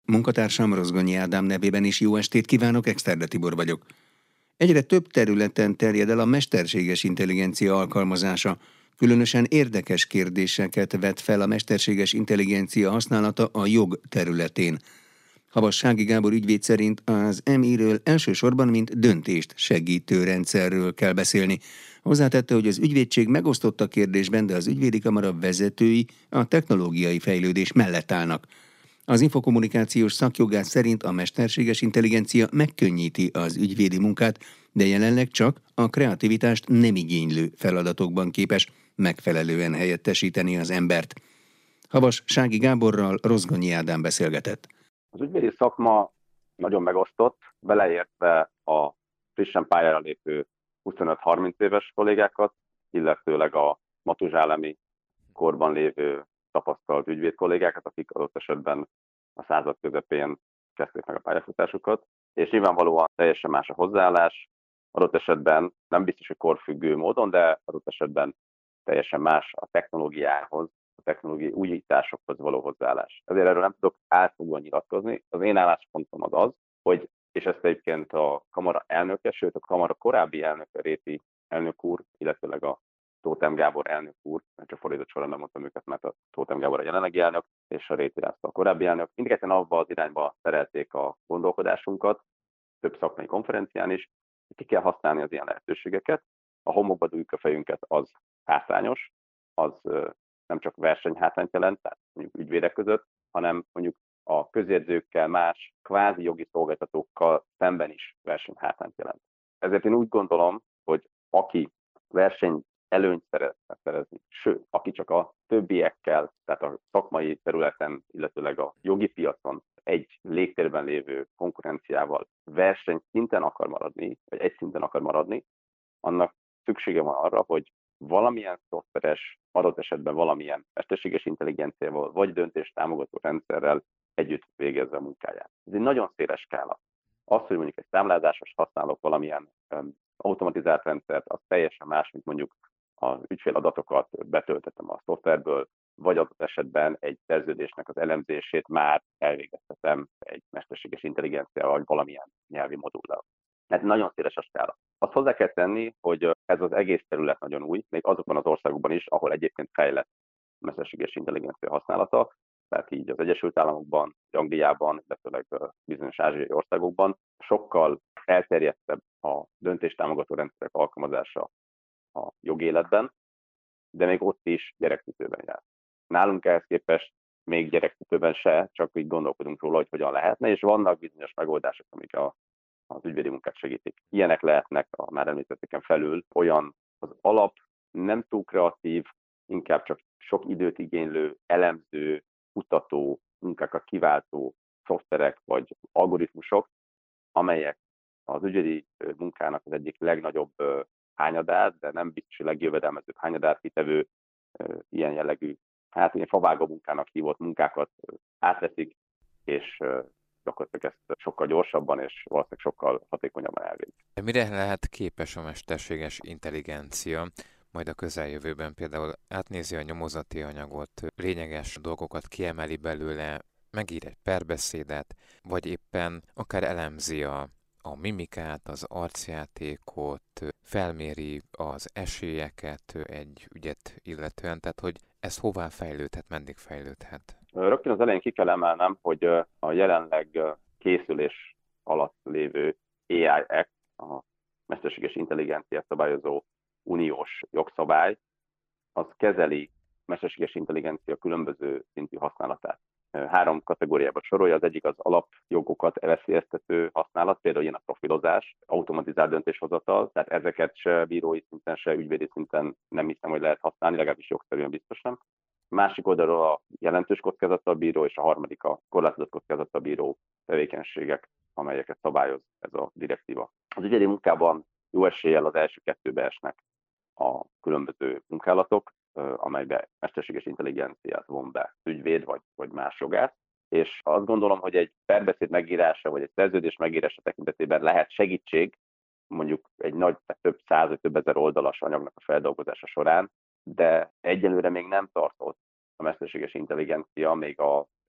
Munkatársam Rozgonyi Ádám nevében is jó estét kívánok, Exterde Tibor vagyok. Egyre több területen terjed el a mesterséges intelligencia alkalmazása. Különösen érdekes kérdéseket vet fel a mesterséges intelligencia használata a jog területén. Havas-Sági Gábor ügyvéd szerint az MI-ről elsősorban mint döntést segítő rendszerről kell beszélni. Hozzátette, hogy az ügyvédség megosztott a kérdésben, de az ügyvédi kamara vezetői a technológiai fejlődés mellett állnak. Az infokommunikációs szakjogász szerint a mesterséges intelligencia megkönnyíti az ügyvédi munkát, de jelenleg csak a kreativitást nem igénylő feladatokban képes megfelelően helyettesíteni az embert. Havas-Sági Gáborral Rozgonyi Ádám beszélgetett. Az ügyvédi szakma nagyon megosztott, beleértve a frissen pályára lépő 25-30 éves kollégákat, illetőleg a matuzsálemi korban lévő tapasztalt ügyvéd kollégákat, akik adott esetben a század közepén kezdték meg a pályafutásukat, és nyilvánvalóan teljesen más a hozzáállás, adott esetben nem biztos, hogy korfüggő módon, de adott esetben teljesen más a technológiához, a technológiai újításokhoz való hozzáállás. Ezért erről nem tudok átfogóan nyilatkozni. Az én álláspontom az, hogy, és ezt egyébként a kamara elnöke, sőt a kamara korábbi elnöke, Réti elnök úr, illetőleg a Tóth M. Gábor elnök úr, csak fordított során nem mondtam őket, mert a Tóth M. Gábor a jelenlegi elnök, és a Réti László a korábbi elnök. Mindketten abba az irányba szerelték a gondolkodásunkat, több szakmai konferencián is, hogy ki kell használni az ilyen lehetőségeket. A homokba dugjuk a fejünket, az hátrányos, az nem csak versenyhátrányt jelent, tehát mondjuk ügyvédek között, hanem mondjuk a közjegyzőkkel, más kvázi jogi szolgáltatókkal szemben is versenyhátrányt jelent. Ezért én úgy gondolom, hogy aki verseny előnyt szeretne szerezni, sőt, aki csak a többiekkel, tehát a szakmai területen, illetőleg a jogi piacon egy légtérben lévő konkurenciával versenyszinten akar maradni, vagy egy szinten akar maradni, annak szüksége van arra, hogy valamilyen szoftveres, adott esetben valamilyen mesterséges intelligenciával, vagy döntés támogató rendszerrel együtt végezze a munkáját. Ez egy nagyon széles skála. Az, hogy mondjuk egy számlázásos használok valamilyen automatizált rendszert, az teljesen más, mint mondjuk az ügyféladatokat betöltetem a szoftverből, vagy adott esetben egy szerződésnek az elemzését már elvégeztetem egy mesterséges intelligenciával, vagy valamilyen nyelvi modullal. Tehát nagyon széles a skála. Azt hozzá kell tenni, hogy ez az egész terület nagyon új, még azokban az országokban is, ahol egyébként fejlett mesterséges intelligencia használata, tehát így az Egyesült Államokban, Angliában, illetőleg bizonyos ázsiai országokban sokkal elterjedtebb a döntéstámogató rendszerek alkalmazása a jogéletben, de még ott is gyerekcipőben jár. Nálunk ehhez képest még gyerekcipőben se, csak így gondolkodunk róla, hogy hogyan lehetne, és vannak bizonyos megoldások, amik az ügyvédi munkát segítik. Ilyenek lehetnek a már említetteken felül olyan az alap, nem túl kreatív, inkább csak sok időt igénylő, elemző, kutató, munkákat kiváltó szoftverek vagy algoritmusok, amelyek az ügyvédi munkának az egyik legnagyobb hányadát, de nem biztos, hogy legjövedelmezőbb hányadát kitevő ilyen jellegű, hát ilyen favágó munkának hívott munkákat átveszik, és gyakorlatilag ezt sokkal gyorsabban és valószínűleg sokkal hatékonyabban elvégzik. Mire lehet képes a mesterséges intelligencia? Majd a közeljövőben például átnézi a nyomozati anyagot, lényeges dolgokat kiemeli belőle, megír egy perbeszédet, vagy éppen akár elemzi a mimikát, az arcjátékot, felméri az esélyeket egy ügyet illetően, tehát hogy ez hová fejlődhet, meddig fejlődhet? Rögtön az elején ki kell emelnem, hogy a jelenleg készülés alatt lévő AI Act, a mesterséges intelligencia szabályozó uniós jogszabály, az kezeli mesterséges intelligencia különböző szintű használatát. 3 kategóriába sorolja, az egyik az alapjogokat veszélyeztető használat, például ilyen a profilozás, automatizált döntéshozatal, tehát ezeket se bírói szinten, se ügyvédi szinten nem hiszem, hogy lehet használni, legalábbis jogszerűen biztos nem. Másik oldalról a jelentős kockázattal bíró, és a harmadik a korlátozott kockázattal bíró tevékenységek, amelyeket szabályoz ez a direktíva. Az ügyvédi munkában jó eséllyel az első 2-be esnek a különböző munkálatok, amelybe mesterséges intelligenciát von be ügyvéd vagy más jogász. És azt gondolom, hogy egy perbeszéd megírása, vagy egy szerződés megírása tekintetében lehet segítség, mondjuk egy nagy, több száz vagy több ezer oldalas anyagnak a feldolgozása során, de egyelőre még nem tartott a mesterséges intelligencia még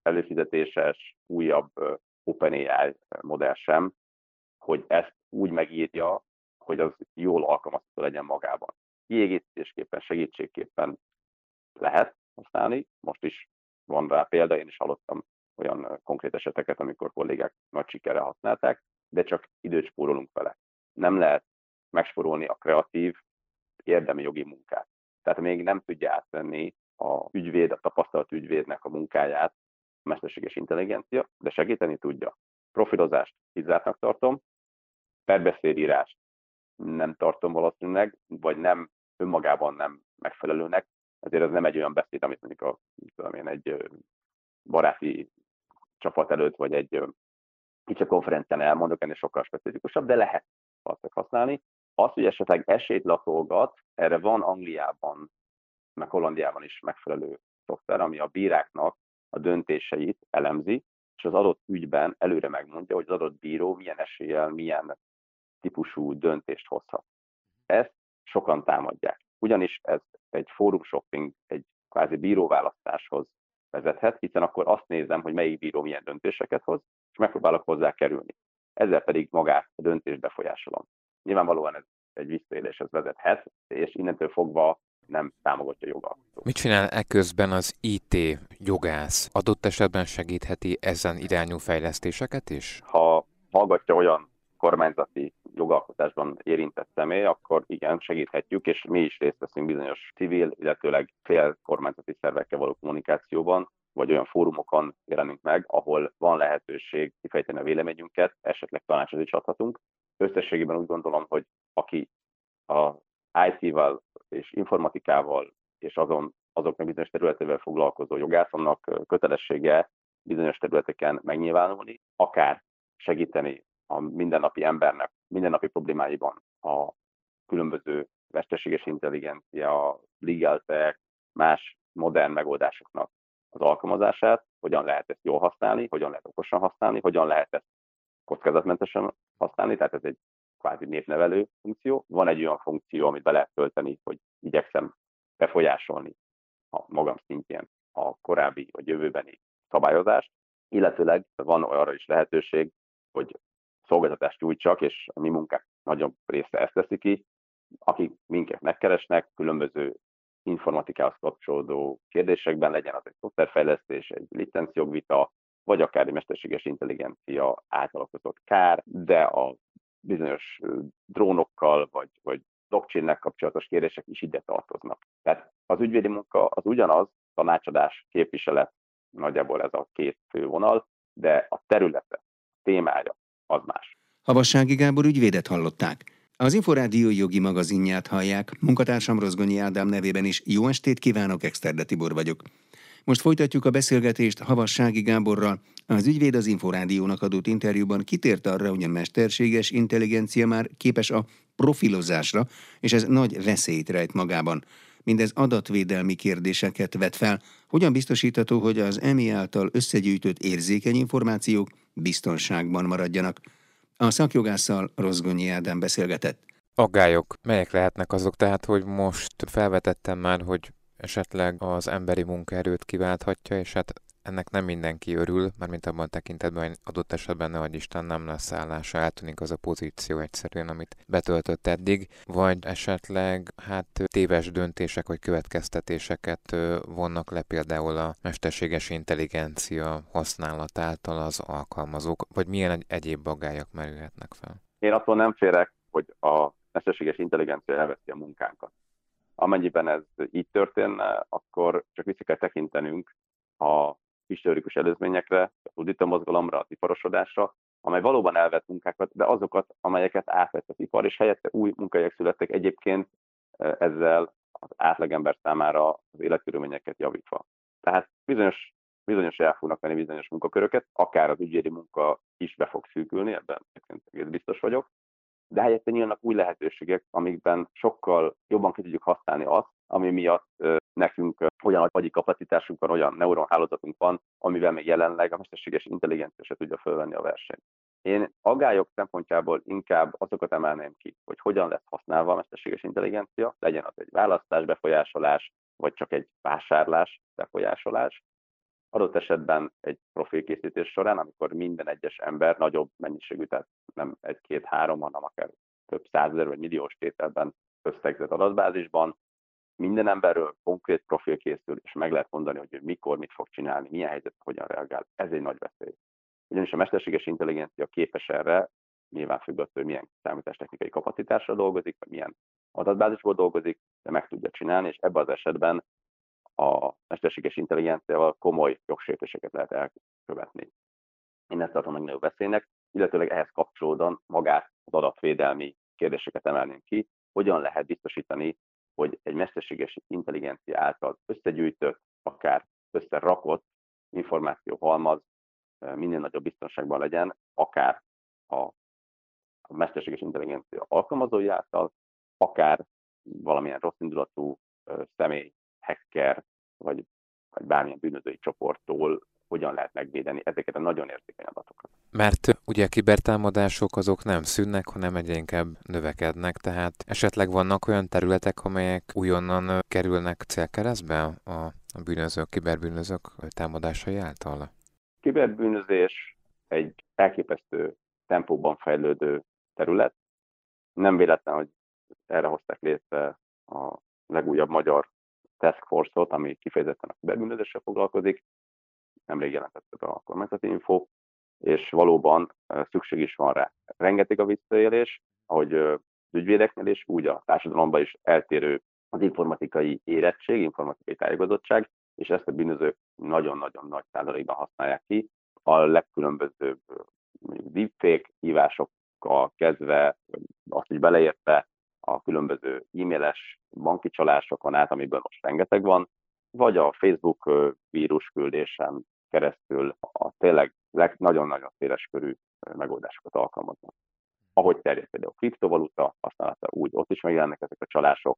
előfizetéses, újabb OpenAI modell sem, hogy ezt úgy megírja, hogy az jól alkalmazható legyen magában. Kiegészítésképpen, segítségképpen lehet használni, most is van rá példa, én is hallottam olyan konkrét eseteket, amikor kollégák nagy sikerrel használták, de csak időt spórolunk vele. Nem lehet megspórolni a kreatív, érdemi jogi munkát. Tehát még nem tudja átvenni a tapasztalt ügyvédnek a munkáját a mesterséges intelligencia, de segíteni tudja. Profilozást kizártnak tartom, perbeszédírást nem tartom valószínűleg, vagy nem önmagában nem megfelelőnek, ezért ez nem egy olyan beszéd, amit mondjuk egy baráti csapat előtt, vagy egy kicsi konferencián elmondok, ennél sokkal specifikusabb, de lehet azt használni. Az, hogy esetleg esélyt latolgat, erre van Angliában, meg Hollandiában is megfelelő szoftver, ami a bíráknak a döntéseit elemzi, és az adott ügyben előre megmondja, hogy az adott bíró milyen eséllyel, milyen típusú döntést hozhat. Ezt sokan támadják. Ugyanis ez egy fórum shopping, egy kvázi bíróválasztáshoz vezethet, hiszen akkor azt nézem, hogy melyik bíró milyen döntéseket hoz, és megpróbálok hozzá kerülni. Ezzel pedig magát a döntést befolyásolom. Nyilvánvalóan ez egy visszaéléshez vezethet, és innentől fogva nem támogatja a jogalkotó. Mit csinál eközben az IT jogász? Adott esetben segítheti ezen irányú fejlesztéseket is? Ha hallgatja olyan kormányzati jogalkotásban érintett személy, akkor igen, segíthetjük, és mi is részt veszünk bizonyos civil, illetőleg fél kormányzati szervekkel való kommunikációban, vagy olyan fórumokon jelenünk meg, ahol van lehetőség kifejteni a véleményünket, esetleg tanácsot is adhatunk. Összességében úgy gondolom, hogy aki a IT-val és informatikával és azoknak bizonyos területével foglalkozó jogászonnak kötelessége bizonyos területeken megnyilvánulni, akár segíteni a mindennapi embernek, mindennapi problémáiban a különböző mesterséges intelligencia, legal tech, más modern megoldásoknak az alkalmazását, hogyan lehet ezt jól használni, hogyan lehet okosan használni, hogyan lehet ezt kockázatmentesen használni, tehát ez egy kvázi névnevelő funkció. Van egy olyan funkció, amit be lehet tölteni, hogy igyekszem befolyásolni a magam szintjén a korábbi vagy jövőbeni szabályozást, illetőleg van arra is lehetőség, hogy szolgáltatást nyújtsak, és a mi munkák nagyobb része ezt teszi ki, akik minket megkeresnek, különböző informatikához kapcsolódó kérdésekben, legyen az egy szoftverfejlesztés, egy licencjogvita, vagy akár egy mesterséges intelligencia által okozott kár, de a bizonyos drónokkal, vagy blockchain-nek kapcsolatos kérdések is ide tartoznak. Tehát az ügyvédi munka az ugyanaz, tanácsadás, képviselet, nagyjából ez a két fő vonal, de a területe, a témája az más. Havassági Gábor ügyvédet hallották. Az Inforádió jogi magazinját hallják, munkatársam Rozgonyi Ádám nevében is jó estét kívánok, Exterde Tibor vagyok. Most folytatjuk a beszélgetést Havassági Gáborral. Az ügyvéd az Inforádiónak adott interjúban kitért arra, hogy a mesterséges intelligencia már képes a profilozásra, és ez nagy veszélyt rejt magában. Mindez adatvédelmi kérdéseket vet fel. Hogyan biztosítható, hogy az EMI által összegyűjtött érzékeny információk biztonságban maradjanak? A szakjogásszal Rozgonyi Ádám beszélgetett. Aggályok, melyek lehetnek azok? Tehát, hogy most felvetettem már, hogy esetleg az emberi munkaerőt kiválthatja, és hát ennek nem mindenki örül, mármint abban a tekintetben, hogy adott esetben nehogy Isten nem lesz állása, eltűnik az a pozíció egyszerűen, amit betöltött eddig, vagy esetleg téves döntések vagy következtetéseket vonnak le például a mesterséges intelligencia használatáltal az alkalmazók, vagy milyen egyéb aggályok merülhetnek fel? Én attól nem félek, hogy a mesterséges intelligencia elveszi a munkánkat. Amennyiben ez így történne, akkor csak vissza kell tekintenünk a historikus előzményekre, a ludita mozgalomra, az iparosodásra, amely valóban elvett munkákat, de azokat, amelyeket átvett az ipar, és helyette új munkahelyek születtek egyébként ezzel az átlagember számára az életkörülményeket javítva. Tehát bizonyos el fognak venni bizonyos munkaköröket, akár az ügyvédi munka is be fog szűkülni, ebben egész biztos vagyok, de helyette nyílnak új lehetőségek, amikben sokkal jobban ki tudjuk használni azt, ami miatt nekünk olyan agyi kapacitásunk van, olyan neuronhálózatunk van, amivel még jelenleg a mesterséges intelligencia se tudja fölvenni a versenyt. Én aggályok szempontjából inkább azokat emelném ki, hogy hogyan lesz használva a mesterséges intelligencia, legyen az egy választás befolyásolás, vagy csak egy vásárlás befolyásolás, Adott esetben egy profilkészítés során, amikor minden egyes ember nagyobb mennyiségű, tehát nem egy-két-három, hanem akár több százezer vagy milliós tételben összegzett adatbázisban, minden emberről konkrét profil készül, és meg lehet mondani, hogy ő mikor, mit fog csinálni, milyen helyzetben, hogyan reagál. Ez egy nagy veszély. Ugyanis a mesterséges intelligencia képes erre, nyilván függ attól, hogy milyen számítástechnikai kapacitással dolgozik, vagy milyen adatbázisból dolgozik, de meg tudja csinálni, és ebben az esetben a mesterséges intelligenciával komoly jogsértéseket lehet elkövetni. Én ezt tartom legnagyobb veszélynek, illetőleg ehhez kapcsolódóan magát az adatvédelmi kérdéseket emelném ki, hogyan lehet biztosítani, hogy egy mesterséges intelligencia által összegyűjtött, akár összerakott információhalmaz minél nagyobb biztonságban legyen, akár a mesterséges intelligencia alkalmazói által, akár valamilyen rosszindulatú személy, hacker, vagy bármilyen bűnözői csoporttól hogyan lehet megvédeni ezeket a nagyon érzékeny adatokat. Mert ugye a kibertámadások azok nem szűnnek, hanem egyre inkább növekednek, tehát esetleg vannak olyan területek, amelyek újonnan kerülnek célkeresztbe a bűnözők, kiberbűnözők támadásai által? Kiberbűnözés egy elképesztő tempóban fejlődő terület. Nem véletlen, hogy erre hozták létre a legújabb magyar task force-ot, ami kifejezetten a kiberbűnözéssel foglalkozik. Nemrég jelentett a kormányzati info, és valóban szükség is van rá. Rengeteg a visszaélés, ahogy az ügyvédeknél is, úgy a társadalomban is eltérő az informatikai érettség, informatikai tájékozottság, és ezt a bűnözők nagyon-nagyon nagy százalékban használják ki. A legkülönbözőbb deepfake hívásokkal kezdve, azt is beleértve a különböző e-mailes banki csalásokon át, amiből most rengeteg van, vagy a Facebook vírusküldésen keresztül a tényleg nagyon-nagyon széles körű megoldásokat alkalmaznak. Ahogy terjed például a kriptovaluta használata, úgy ott is megjelennek ezek a csalások,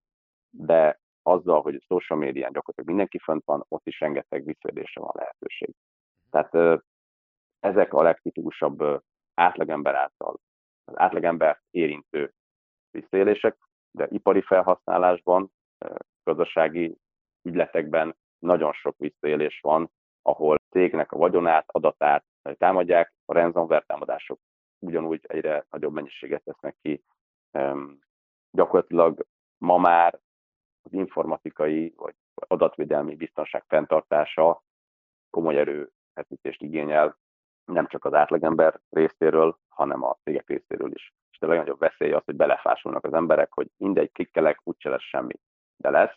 de azzal, hogy a social médián gyakorlatilag mindenki fönt van, ott is rengeteg visszaélésre van lehetőség. Tehát ezek a legtipikusabb átlagember által, az átlagember érintő visszaélések, de ipari felhasználásban, gazdasági ügyletekben nagyon sok visszaélés van, ahol cégnek a vagyonát, adatát támadják, a ransomware támadások ugyanúgy egyre nagyobb mennyiséget tesznek ki. Gyakorlatilag ma már az informatikai vagy adatvédelmi biztonság fenntartása komoly erőfeszítést igényel, nem csak az átlagember részéről, hanem a cégek részéről is. És a legnagyobb veszély az, hogy belefásulnak az emberek, hogy mindegy klikkelek, úgyse lesz semmi. De lesz.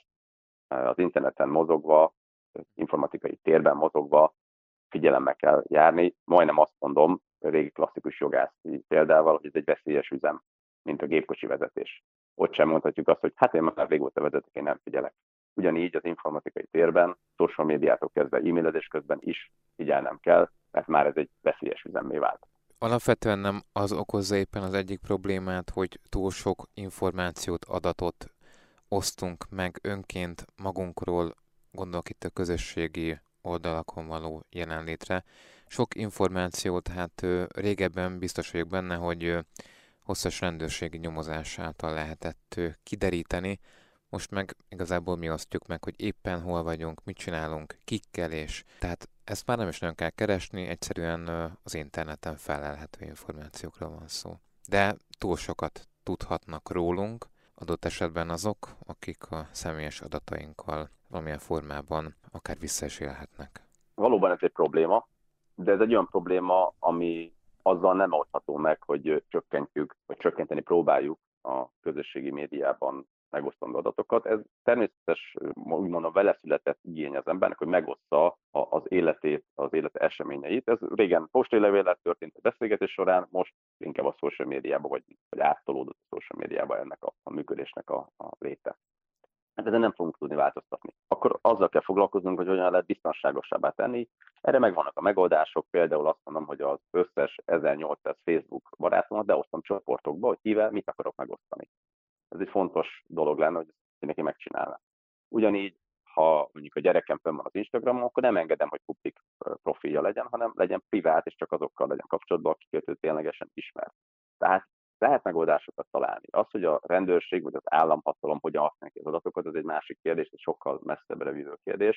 Az interneten mozogva, informatikai térben mozogva figyelemmel kell járni. Majdnem azt mondom, régi klasszikus jogászi példával, hogy ez egy veszélyes üzem, mint a gépkocsi vezetés. Ott sem mondhatjuk azt, hogy hát én már régóta vezetek, én nem figyelek. Ugyanígy az informatikai térben, social médiától kezdve e-mailezés közben is figyelnem kell, mert már ez egy veszélyes üzemmé vált. Alapvetően nem az okozza éppen az egyik problémát, hogy túl sok információt, adatot osztunk meg önként magunkról, gondolok itt a közösségi oldalakon való jelenlétre. Sok információt, hát régebben biztos vagyok benne, hogy hosszas rendőrségi nyomozás által lehetett kideríteni. Most meg igazából mi osztjuk meg, hogy éppen hol vagyunk, mit csinálunk, kikkel, és tehát ezt már nem is nagyon kell keresni, egyszerűen az interneten felelhető információkról van szó. De túl sokat tudhatnak rólunk, adott esetben azok, akik a személyes adatainkkal valamilyen formában akár vissza is élhetnek. Valóban ez egy probléma, de ez egy olyan probléma, ami azzal nem oldható meg, hogy csökkentjük, vagy csökkenteni próbáljuk a közösségi médiában megosztandó adatokat. Ez természetes, úgymond a vele született igény az embernek, hogy megossza az életét, az élete eseményeit. Ez régen postélevéllel történt a beszélgetés során, most inkább a social médiába, vagy áttolódott a social médiába ennek a működésnek a léte. Hát ezen nem fogunk tudni változtatni. Akkor azzal kell foglalkoznunk, hogy hogyan lehet biztonságosabbá tenni. Erre megvannak a megoldások, például azt mondom, hogy az összes 1800 Facebook barátomat beosztom csoportokba, hogy kivel mit akarok megosztani. Ez egy fontos dolog lenne, hogy mindenki megcsinálná. Ugyanígy, ha mondjuk a gyerekem fönn van az Instagramon, akkor nem engedem, hogy publik profilja legyen, hanem legyen privát, és csak azokkal legyen kapcsolatban, akiket ő ténylegesen ismer. Tehát lehet megoldásokat találni. Az, hogy a rendőrség vagy az államhatalom hogyan használja az adatokat, ez egy másik kérdés, egy sokkal messzebbre vívő kérdés.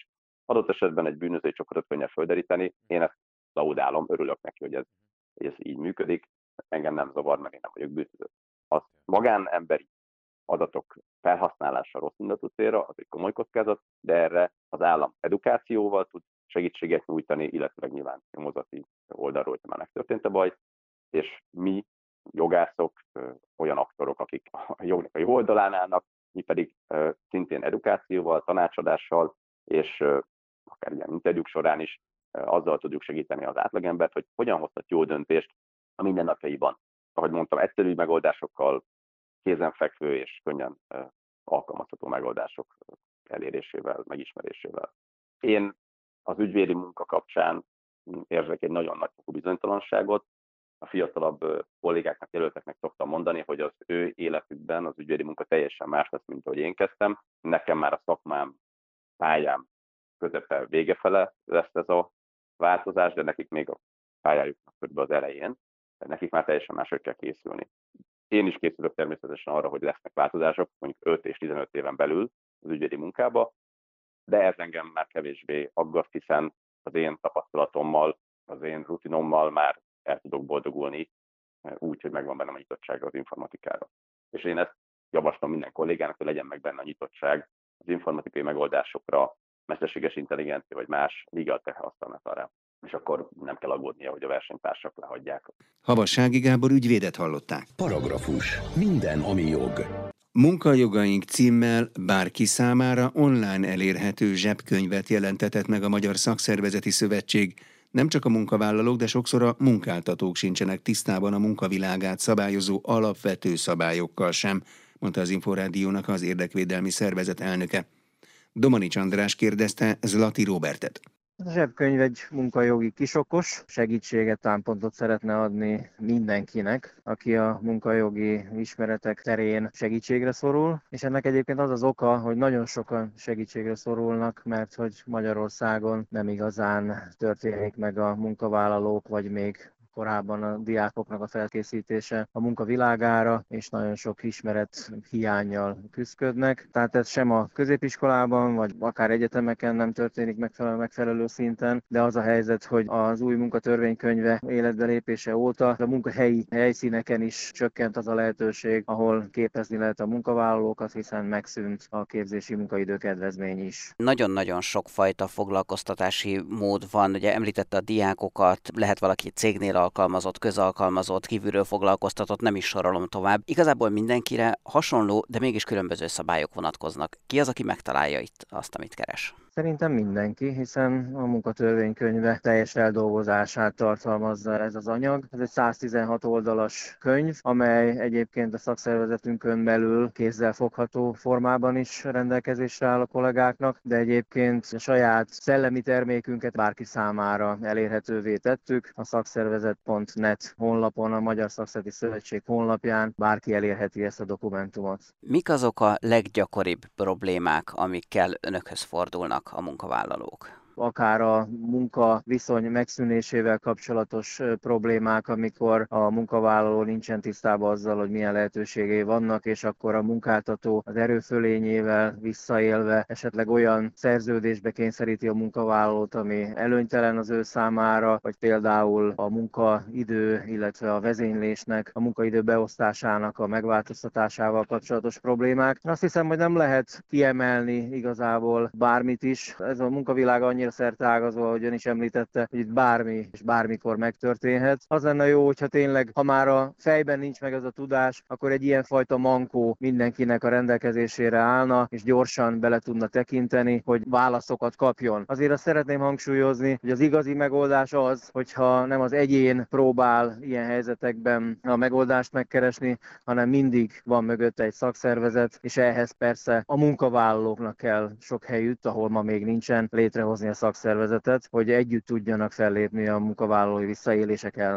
adott esetben egy bűnözői csoportot könnyebb földeríteni. Én ezt laudálom, örülök neki, hogy ez így működik. Engem nem zavar, mert én nem vagyok bűnöző. A magánemberi adatok felhasználása rossz indulatú célra, az egy komoly kockázat, de erre az állam edukációval tud segítséget nyújtani, illetve nyilván nyomozati oldalról, hogy már megtörtént a baj, és mi jogászok, olyan aktorok, akik a jognak a jó oldalán állnak, mi pedig szintén edukációval, tanácsadással, és akár ilyen interjúk során is azzal tudjuk segíteni az átlagembert, hogy hogyan hozhat jó döntést a mindennapjaiban. Ahogy mondtam, egyszerű megoldásokkal, kézenfekvő és könnyen alkalmazható megoldások elérésével, megismerésével. Én az ügyvédi munka kapcsán érzek egy nagyon nagy fokú bizonytalanságot. A fiatalabb kollégáknak, jelölteknek szoktam mondani, hogy az ő életükben az ügyvédi munka teljesen más lesz, mint ahogy én kezdtem. Nekem már a szakmám, pályám közepe, vége fele lesz ez a változás, de nekik még a pályájuknak körülbelül az elején, de nekik már teljesen máshogy kell készülni. Én is készülök természetesen arra, hogy lesznek változások, mondjuk 5 és 15 éven belül az ügyvédi munkába, de ez engem már kevésbé aggaszt, hiszen az én tapasztalatommal, az én rutinommal már el tudok boldogulni, úgy, hogy megvan bennem a nyitottság az informatikára. És én ezt javaslom minden kollégának, hogy legyen meg benne a nyitottság az informatikai megoldásokra, mesterséges intelligencia vagy más legal tech használatára. És akkor nem kell aggódnia, hogy a versenytársak lehagyják. Havassági Gábor ügyvédet hallották. Paragrafus. Minden, ami jog. Munkajogaink címmel bárki számára online elérhető zsebkönyvet jelentetett meg a Magyar Szakszervezeti Szövetség. Nem csak a munkavállalók, de sokszor a munkáltatók sincsenek tisztában a munkavilágát szabályozó alapvető szabályokkal sem, mondta az Inforádiónak az érdekvédelmi szervezet elnöke. Domanics András kérdezte Zlati Róbertet. A zsebkönyv egy munkajogi kisokos, segítséget, támpontot szeretne adni mindenkinek, aki a munkajogi ismeretek terén segítségre szorul, és ennek egyébként az az oka, hogy nagyon sokan segítségre szorulnak, mert hogy Magyarországon nem igazán történik meg a munkavállalók, vagy még korábban a diákoknak a felkészítése a munkavilágára, és nagyon sok ismeret hiánnyal küszködnek. Tehát ez sem a középiskolában, vagy akár egyetemeken nem történik megfelelő szinten, de az a helyzet, hogy az új munkatörvénykönyve életbe lépése óta a munkahelyi helyszíneken is csökkent az a lehetőség, ahol képezni lehet a munkavállalókat, hiszen megszűnt a képzési munkaidő kedvezmény is. Nagyon-nagyon sokfajta foglalkoztatási mód van, ugye említette a diákokat, lehet valaki cégnél alkalmazott, közalkalmazott, kívülről foglalkoztatott, nem is sorolom tovább. Igazából mindenkire hasonló, de mégis különböző szabályok vonatkoznak. Ki az, aki megtalálja itt azt, amit keres? Szerintem mindenki, hiszen a munkatörvénykönyve teljes feldolgozását tartalmazza ez az anyag. Ez egy 116 oldalas könyv, amely egyébként a szakszervezetünkön belül kézzelfogható formában is rendelkezésre áll a kollégáknak, de egyébként a saját szellemi termékünket bárki számára elérhetővé tettük. A szakszervezet.net honlapon, a Magyar Szakszervezeti Szövetség honlapján bárki elérheti ezt a dokumentumot. Mik azok a leggyakoribb problémák, amikkel önökhöz fordulnak a munkavállalók? Akár a munkaviszony megszűnésével kapcsolatos problémák, amikor a munkavállaló nincsen tisztában azzal, hogy milyen lehetőségei vannak, és akkor a munkáltató az erőfölényével visszaélve esetleg olyan szerződésbe kényszeríti a munkavállalót, ami előnytelen az ő számára, vagy például a munkaidő, illetve a vezénylésnek, a munkaidő beosztásának a megváltoztatásával kapcsolatos problémák. Azt hiszem, hogy nem lehet kiemelni igazából bármit is. Ez a munkavilág annyira szerteágazó, ahogy ön is említette, hogy itt bármi és bármikor megtörténhet. Az lenne jó, hogyha tényleg, ha már a fejben nincs meg ez a tudás, akkor egy ilyenfajta mankó mindenkinek a rendelkezésére állna, és gyorsan bele tudna tekinteni, hogy válaszokat kapjon. Azért azt szeretném hangsúlyozni, hogy az igazi megoldás az, hogyha nem az egyén próbál ilyen helyzetekben a megoldást megkeresni, hanem mindig van mögötte egy szakszervezet, és ehhez persze a munkavállalóknak kell sok helyütt, ahol ma még nincsen, létrehozni a szakszervezetet, hogy együtt tudjanak fellépni a munkavállalói visszaélések ellen.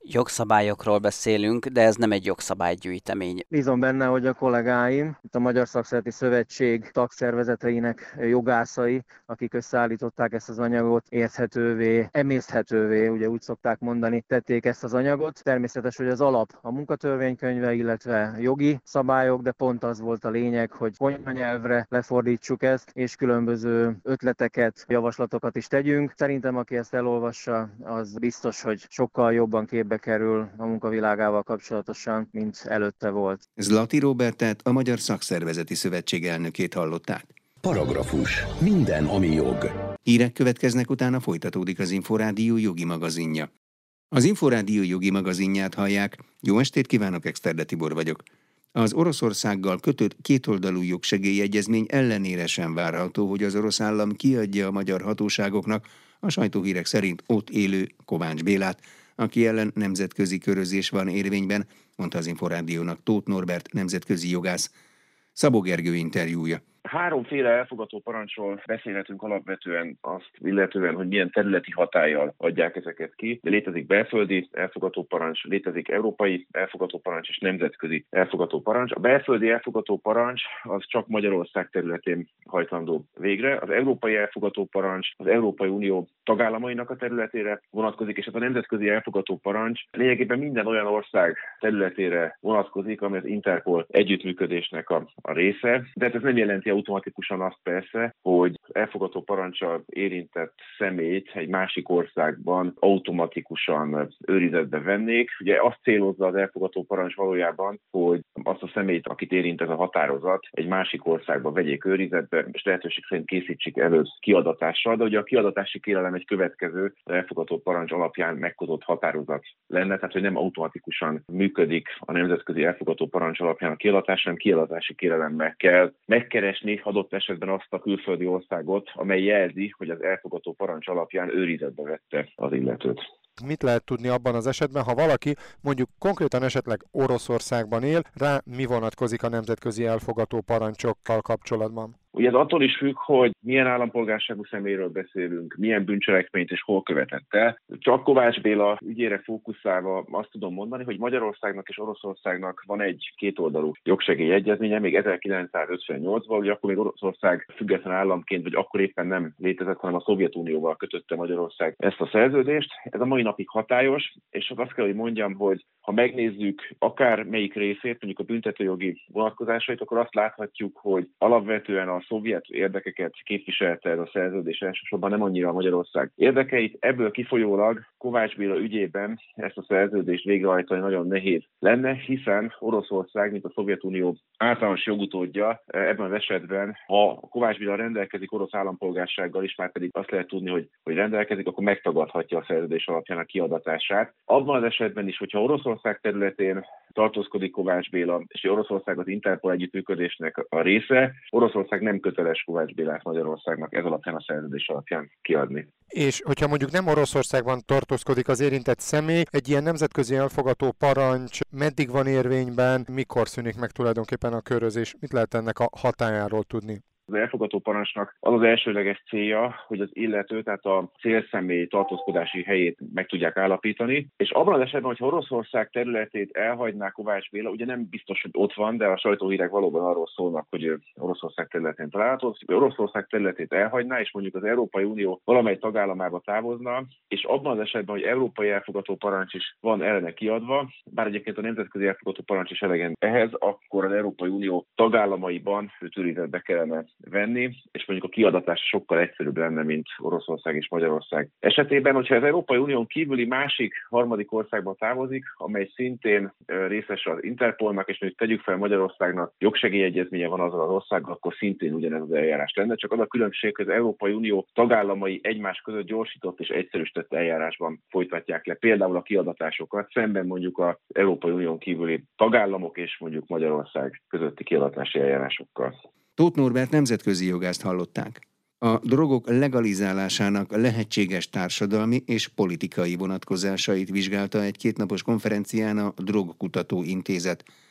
Jogszabályokról beszélünk, de ez nem egy jogszabálygyűjtemény. Bízom benne, hogy a kollégáim, itt a Magyar Szakszervezeti Szövetség tagszervezeteinek jogászai, akik összeállították ezt az anyagot, érthetővé, emészthetővé, ugye úgy szokták mondani, tették ezt az anyagot. Természetes, hogy az alap a munkatörvénykönyve, illetve jogi szabályok, de pont az volt a lényeg, hogy anyanyelvre lefordítsuk ezt, és különböző ötleteket, javaslatokat is tegyünk. Szerintem, aki ezt elolvassa, az biztos, hogy sokkal jobban képbe kerül a munkavilágával kapcsolatosan, mint előtte volt. Zlati Róbertet, a Magyar Szakszervezeti Szövetség elnökét hallották. Paragrafus. Minden, ami jog. Hírek következnek, utána folytatódik az Inforádió jogi magazinja. Az Inforádió jogi magazinját hallják. Jó estét kívánok, Exterde Tibor vagyok. Az Oroszországgal kötött kétoldalú jogsegélyegyezmény ellenére sem várható, hogy az orosz állam kiadja a magyar hatóságoknak a sajtóhírek szerint ott élő Kovács Bélát, aki ellen nemzetközi körözés van érvényben, mondta az Inforádiónak Tóth Norbert nemzetközi jogász. Szabó Gergő interjúja. Háromféle elfogató parancsról beszélhetünk alapvetően azt illetően, hogy milyen területi hatállyal adják ezeket ki. De létezik belföldi elfogató parancs, létezik európai elfogató parancs és nemzetközi elfogató parancs. A belföldi elfogató parancs az csak Magyarország területén hajtandó végre. Az európai elfogató parancs az Európai Unió tagállamainak a területére vonatkozik, és ez a nemzetközi elfogató parancs lényegében minden olyan ország területére vonatkozik, ami az Interpol együttműködésnek a része. De ez nem jelenti automatikusan azt persze, hogy elfogató parancsal érintett személyt egy másik országban automatikusan őrizetbe vennék. Ugye azt célozza az elfogató parancs valójában, hogy azt a személyt, akit érint ez a határozat, egy másik országba vegyék őrizetbe, és lehetőség szerint készítsék elő kiadatással, de ugye a kiadatási kérelem egy következő elfogató parancs alapján meghozott határozat lenne, tehát hogy nem automatikusan működik a nemzetközi elfogató parancs alapján a kiadatás, hanem kiadatási kérelemmel kell megkeresni adott esetben azt a külföldi országot, amely jelzi, hogy az elfogató parancs alapján őrizetbe vette az illetőt. Mit lehet tudni abban az esetben, ha valaki mondjuk konkrétan esetleg Oroszországban él, rá mi vonatkozik a nemzetközi elfogató parancsokkal kapcsolatban? Ugye ez attól is függ, hogy milyen állampolgárságú személyről beszélünk, milyen bűncselekményt és hol követett el. Csak Kovács Béla ügyére fókuszálva azt tudom mondani, hogy Magyarországnak és Oroszországnak van egy kétoldalú jogsegélyegyezménye, még 1958-ban, ugye akkor még Oroszország független államként, vagy akkor éppen nem létezett, hanem a Szovjetunióval kötötte Magyarország ezt a szerződést. Ez a mai napig hatályos, és azt kell, hogy mondjam, hogy ha megnézzük akár melyik részét, mondjuk a büntetőjogi vonatkozásait, akkor azt láthatjuk, hogy alapvetően a szovjet érdekeket képviselte ez a szerződés, elsősorban nem annyira a Magyarország érdekeit. Ebből kifolyólag Kovács Béla ügyében ezt a szerződést végrehajtani nagyon nehéz lenne, hiszen Oroszország, mint a Szovjetunió általános jogutódja ebben az esetben, ha Kovács Béla rendelkezik orosz állampolgársággal is, már pedig azt lehet tudni, hogy rendelkezik, akkor megtagadhatja a szerződés alapján a kiadatását. Abban az esetben is, hogyha Oroszország területén tartózkodik Kovács Béla, és Oroszország az Interpol együttműködésnek a része, Oroszország nem köteles Kovács Bélát Magyarországnak ez alapján a szerződés alapján kiadni. És hogyha mondjuk nem Oroszországban tartózkodik az érintett személy, egy ilyen nemzetközi elfogató parancs meddig van érvényben, mikor szűnik meg tulajdonképpen a körözés, mit lehet ennek a hatájáról tudni? Az elfogató parancsnak az az elsődleges célja, hogy az illető, tehát a célszemély tartózkodási helyét meg tudják állapítani, és abban az esetben, hogyha Oroszország területét elhagyná Kovács Béla, ugye nem biztos, hogy ott van, de a sajtóhírek valóban arról szólnak, hogy Oroszország területén található, hogy Oroszország területét elhagyná, és mondjuk az Európai Unió valamely tagállamába távozna, és abban az esetben, hogy európai elfogató parancs is van ellene kiadva, bár egyébként a nemzetközi elfogató parancs is elegen ehhez, akkor az Európai Unió tagállamaiban őt őrizetbe kellene venni, és mondjuk a kiadatás sokkal egyszerűbb lenne, mint Oroszország és Magyarország esetében. Hogyha az Európai Unión kívüli másik harmadik országba távozik, amely szintén részes az Interpolnak, és mondjuk tegyük fel Magyarországnak jogsegélyegyezménye van azzal az országgal, akkor szintén ugyanez az eljárás lenne. Csak az a különbség, hogy az Európai Unió tagállamai egymás között gyorsított és egyszerűsített eljárásban folytatják le például a kiadatásokat, szemben mondjuk az Európai Unión kívüli tagállamok és mondjuk Magyarország közötti kiadatási eljárásokkal. Tóth Norbert nemzetközi jogászt hallották. A drogok legalizálásának lehetséges társadalmi és politikai vonatkozásait vizsgálta egy kétnapos konferencián a Drogkutató Intézet.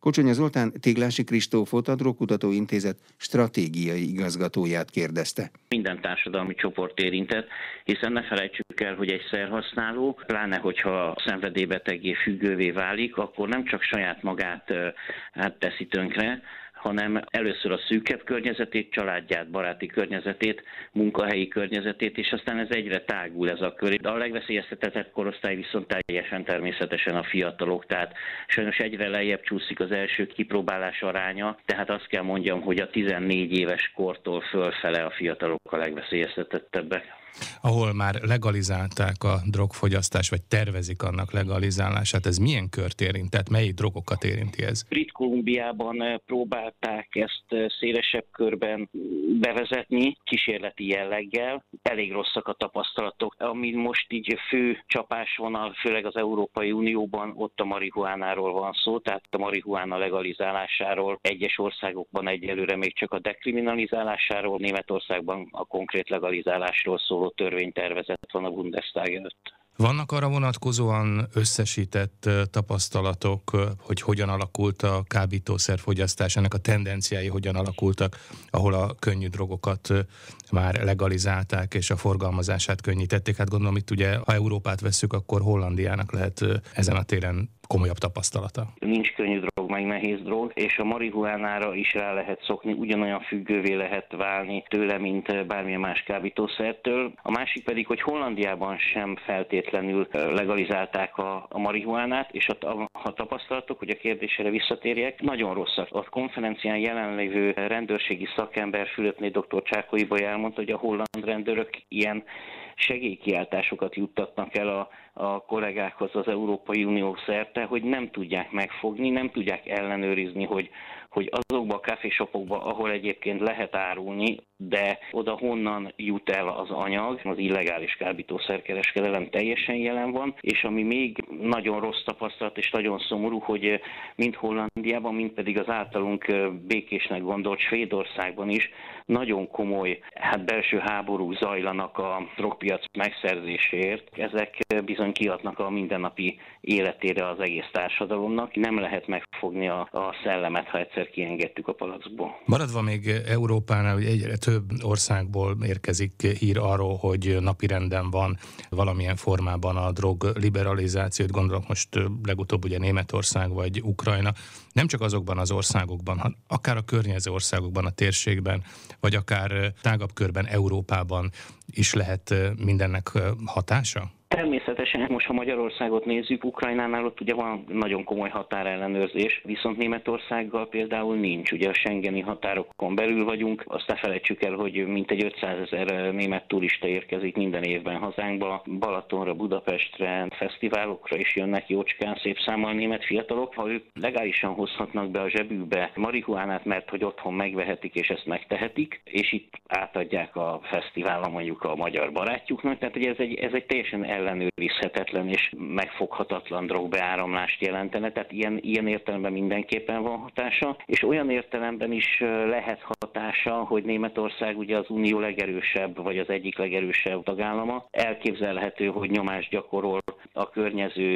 Kocsonya Zoltán Téglási Kristófot, a Drogkutató Intézet stratégiai igazgatóját kérdezte. Minden társadalmi csoport érintett, hiszen ne felejtsük el, hogy egy szerhasználó, pláne hogyha szenvedélybeteggé, függővé válik, akkor nem csak saját magát teszi tönkre, hanem először a szűkebb környezetét, családját, baráti környezetét, munkahelyi környezetét, és aztán ez egyre tágul ez a kör. A legveszélyeztetettebb korosztály viszont teljesen természetesen a fiatalok, tehát sajnos egyre lejjebb csúszik az első kipróbálás aránya, tehát azt kell mondjam, hogy a 14 éves kortól fölfele a fiatalok a legveszélyeztetettebbek. Ahol már legalizálták a drogfogyasztást, vagy tervezik annak legalizálását, ez milyen kört érint? Tehát melyik drogokat érinti ez? Brit Kolumbiában próbálták ezt szélesebb körben bevezetni, kísérleti jelleggel. Elég rosszak a tapasztalatok. Ami most így fő csapásvonal, főleg az Európai Unióban, ott a marihuánáról van szó, tehát a marihuána legalizálásáról. Egyes országokban egyelőre még csak a dekriminalizálásáról, Németországban a konkrét legalizálásról szóló törvénytervezet van a Bundestag előtt. Vannak arra vonatkozóan összesített tapasztalatok, hogy hogyan alakult a kábítószerfogyasztás, ennek a tendenciái hogyan alakultak, ahol a könnyű drogokat már legalizálták és a forgalmazását könnyítették. Hát gondolom itt ugye, ha Európát vesszük, akkor Hollandiának lehet ezen a téren komolyabb tapasztalata. Nincs könnyű drog, meg nehéz drog, és a marihuánára is rá lehet szokni, ugyanolyan függővé lehet válni tőle, mint bármilyen más kábítószertől. A másik pedig, hogy Hollandiában sem feltétlenül legalizálták a marihuánát, és a tapasztalatok, hogy a kérdésére visszatérjek, nagyon rosszak. A konferencián jelenlévő rendőrségi szakember Fülöpné dr. Csákó Ibolya elmondta, hogy a holland rendőrök ilyen segélykiáltásokat juttatnak el a kollégákhoz az Európai Unió szerte, hogy nem tudják megfogni, nem tudják ellenőrizni, hogy azokba a kávéshopokba, ahol egyébként lehet árulni, de oda honnan jut el az anyag, az illegális kábítószerkereskedelem teljesen jelen van, és ami még nagyon rossz tapasztalat és nagyon szomorú, hogy mind Hollandiában, mind pedig az általunk békésnek gondolt Svédországban is nagyon komoly belső háborúk zajlanak a drogpiac megszerzéséért. Ezek bizony kihatnak a mindennapi életére az egész társadalomnak. Nem lehet megfogni a szellemet, ha egyszer kiengedtük a palackból. Maradva még Európánál, hogy egyre több országból érkezik hír arról, hogy napirenden van valamilyen formában a drog liberalizációt, gondolok most legutóbb ugye Németország vagy Ukrajna. Nem csak azokban az országokban, hanem akár a környező országokban, a térségben, vagy akár tágabb körben Európában is lehet mindennek hatása? Természetesen, most ha Magyarországot nézzük, Ukrajnánál ott ugye van nagyon komoly határellenőrzés, viszont Németországgal például nincs. Ugye a schengeni határokon belül vagyunk, azt ne felejtsük el, hogy mintegy 500 000 német turista érkezik minden évben hazánkba, Balatonra, Budapestre, fesztiválokra is jönnek jócskán szép számmal német fiatalok. Ha ők legálisan hozhatnak be a zsebükbe marihuánát, mert hogy otthon megvehetik és ezt megtehetik, és itt átadják a fesztiválon mondjuk a magyar barátjuknak, tehát hogy ez egy teljesen ellenőrizhetetlen és megfoghatatlan drogbeáramlást jelentene, tehát ilyen értelemben mindenképpen van hatása, és olyan értelemben is lehet hatása, hogy Németország ugye az unió legerősebb, vagy az egyik legerősebb tagállama. Elképzelhető, hogy nyomást gyakorol a környező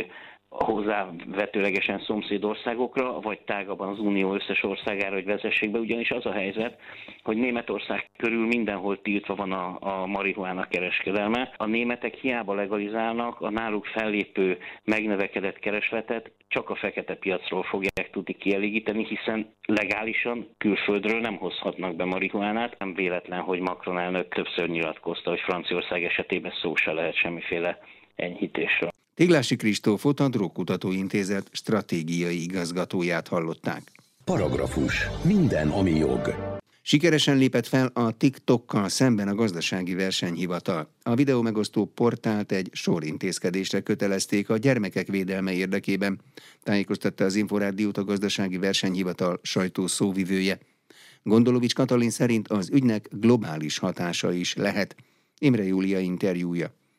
hozzávetőlegesen szomszédországokra, vagy tágabban az unió összes országára, hogy vezessék be, ugyanis az a helyzet, hogy Németország körül mindenhol tiltva van a marihuána kereskedelme. A németek hiába legalizálnak, a náluk fellépő megnövekedett keresletet csak a fekete piacról fogják tudni kielégíteni, hiszen legálisan külföldről nem hozhatnak be marihuánát. Nem véletlen, hogy Macron elnök többször nyilatkozta, hogy Franciaország esetében szó se lehet semmiféle enyhítésről. Téglási Kristófot, a Drogkutató Intézet stratégiai igazgatóját hallották. Paragrafus. Minden, ami jog. Sikeresen lépett fel a TikTokkal szemben a Gazdasági Versenyhivatal. A videómegosztó portált egy sor intézkedésre kötelezték a gyermekek védelme érdekében, tájékoztatta az Inforádiót a Gazdasági Versenyhivatal sajtószóvivője. Gondolovics Katalin szerint az ügynek globális hatása is lehet. Imre Júlia interjúja.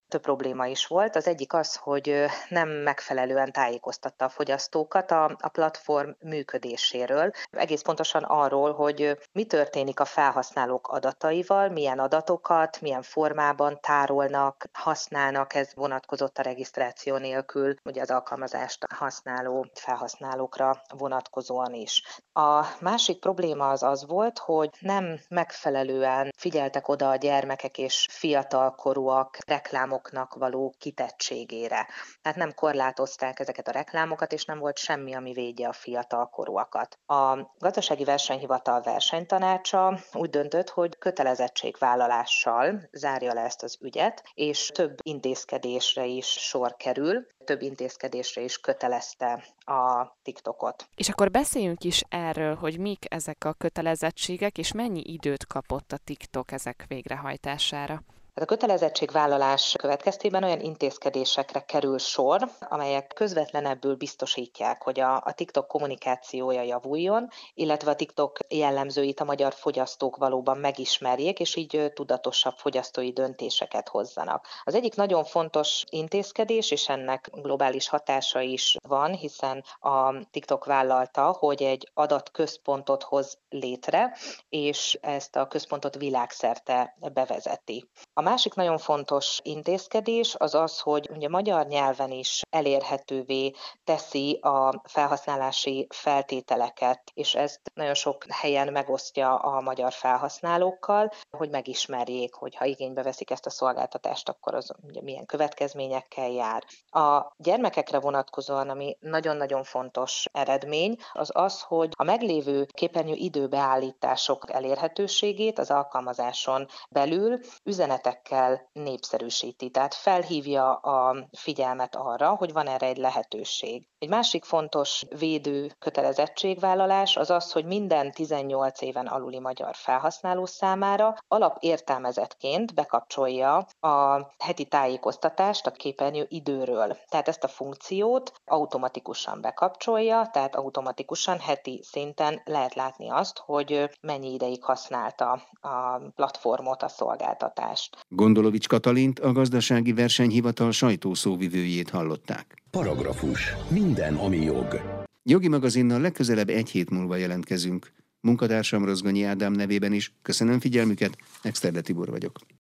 több probléma is volt. Az egyik az, hogy nem megfelelően tájékoztatta a fogyasztókat a platform működéséről. Egész pontosan arról, hogy mi történik a felhasználók adataival, milyen adatokat, milyen formában tárolnak, használnak, ez vonatkozott a regisztráció nélkül, ugye az alkalmazást használó felhasználókra vonatkozóan is. A másik probléma az volt, hogy nem megfelelően figyeltek oda a gyermekek és fiatalkorúak reklámoknak való kitettségére. Tehát nem korlátozták ezeket a reklámokat, és nem volt semmi, ami védje a fiatalkorúakat. A Gazdasági Versenyhivatal versenytanácsa úgy döntött, hogy kötelezettségvállalással zárja le ezt az ügyet, és több intézkedésre is sor kerül, több intézkedésre is kötelezte a TikTokot. És akkor beszéljünk is erről, hogy mik ezek a kötelezettségek, és mennyi időt kapott a TikTok ezek végrehajtására. A kötelezettségvállalás következtében olyan intézkedésekre kerül sor, amelyek közvetlenebbül biztosítják, hogy a TikTok kommunikációja javuljon, illetve a TikTok jellemzőit a magyar fogyasztók valóban megismerjék, és így tudatosabb fogyasztói döntéseket hozzanak. Az egyik nagyon fontos intézkedés, és ennek globális hatása is van, hiszen a TikTok vállalta, hogy egy adatközpontot hoz létre, és ezt a központot világszerte bevezeti. A másik nagyon fontos intézkedés az, hogy ugye magyar nyelven is elérhetővé teszi a felhasználási feltételeket, és ezt nagyon sok helyen megosztja a magyar felhasználókkal, hogy megismerjék, hogy ha igénybe veszik ezt a szolgáltatást, akkor az ugye milyen következményekkel jár. A gyermekekre vonatkozóan, ami nagyon-nagyon fontos eredmény, az, hogy a meglévő képernyő időbeállítások elérhetőségét az alkalmazáson belül üzenetekkel népszerűsíti, tehát felhívja a figyelmet arra, hogy van erre egy lehetőség. Egy másik fontos védő kötelezettségvállalás az, hogy minden 18 éven aluli magyar felhasználó számára alapértelmezettként bekapcsolja a heti tájékoztatást a képernyő időről. Tehát ezt a funkciót automatikusan bekapcsolja, tehát automatikusan heti szinten lehet látni azt, hogy mennyi ideig használta a platformot, a szolgáltatást. Gondolovics Katalint, a Gazdasági Versenyhivatal sajtószóvivőjét hallották. Paragrafus. Minden, ami jog. Jogi magazinnal legközelebb egy hét múlva jelentkezünk. Munkatársam Rozgonyi Ádám nevében is köszönöm figyelmüket, Exterde Tibor vagyok.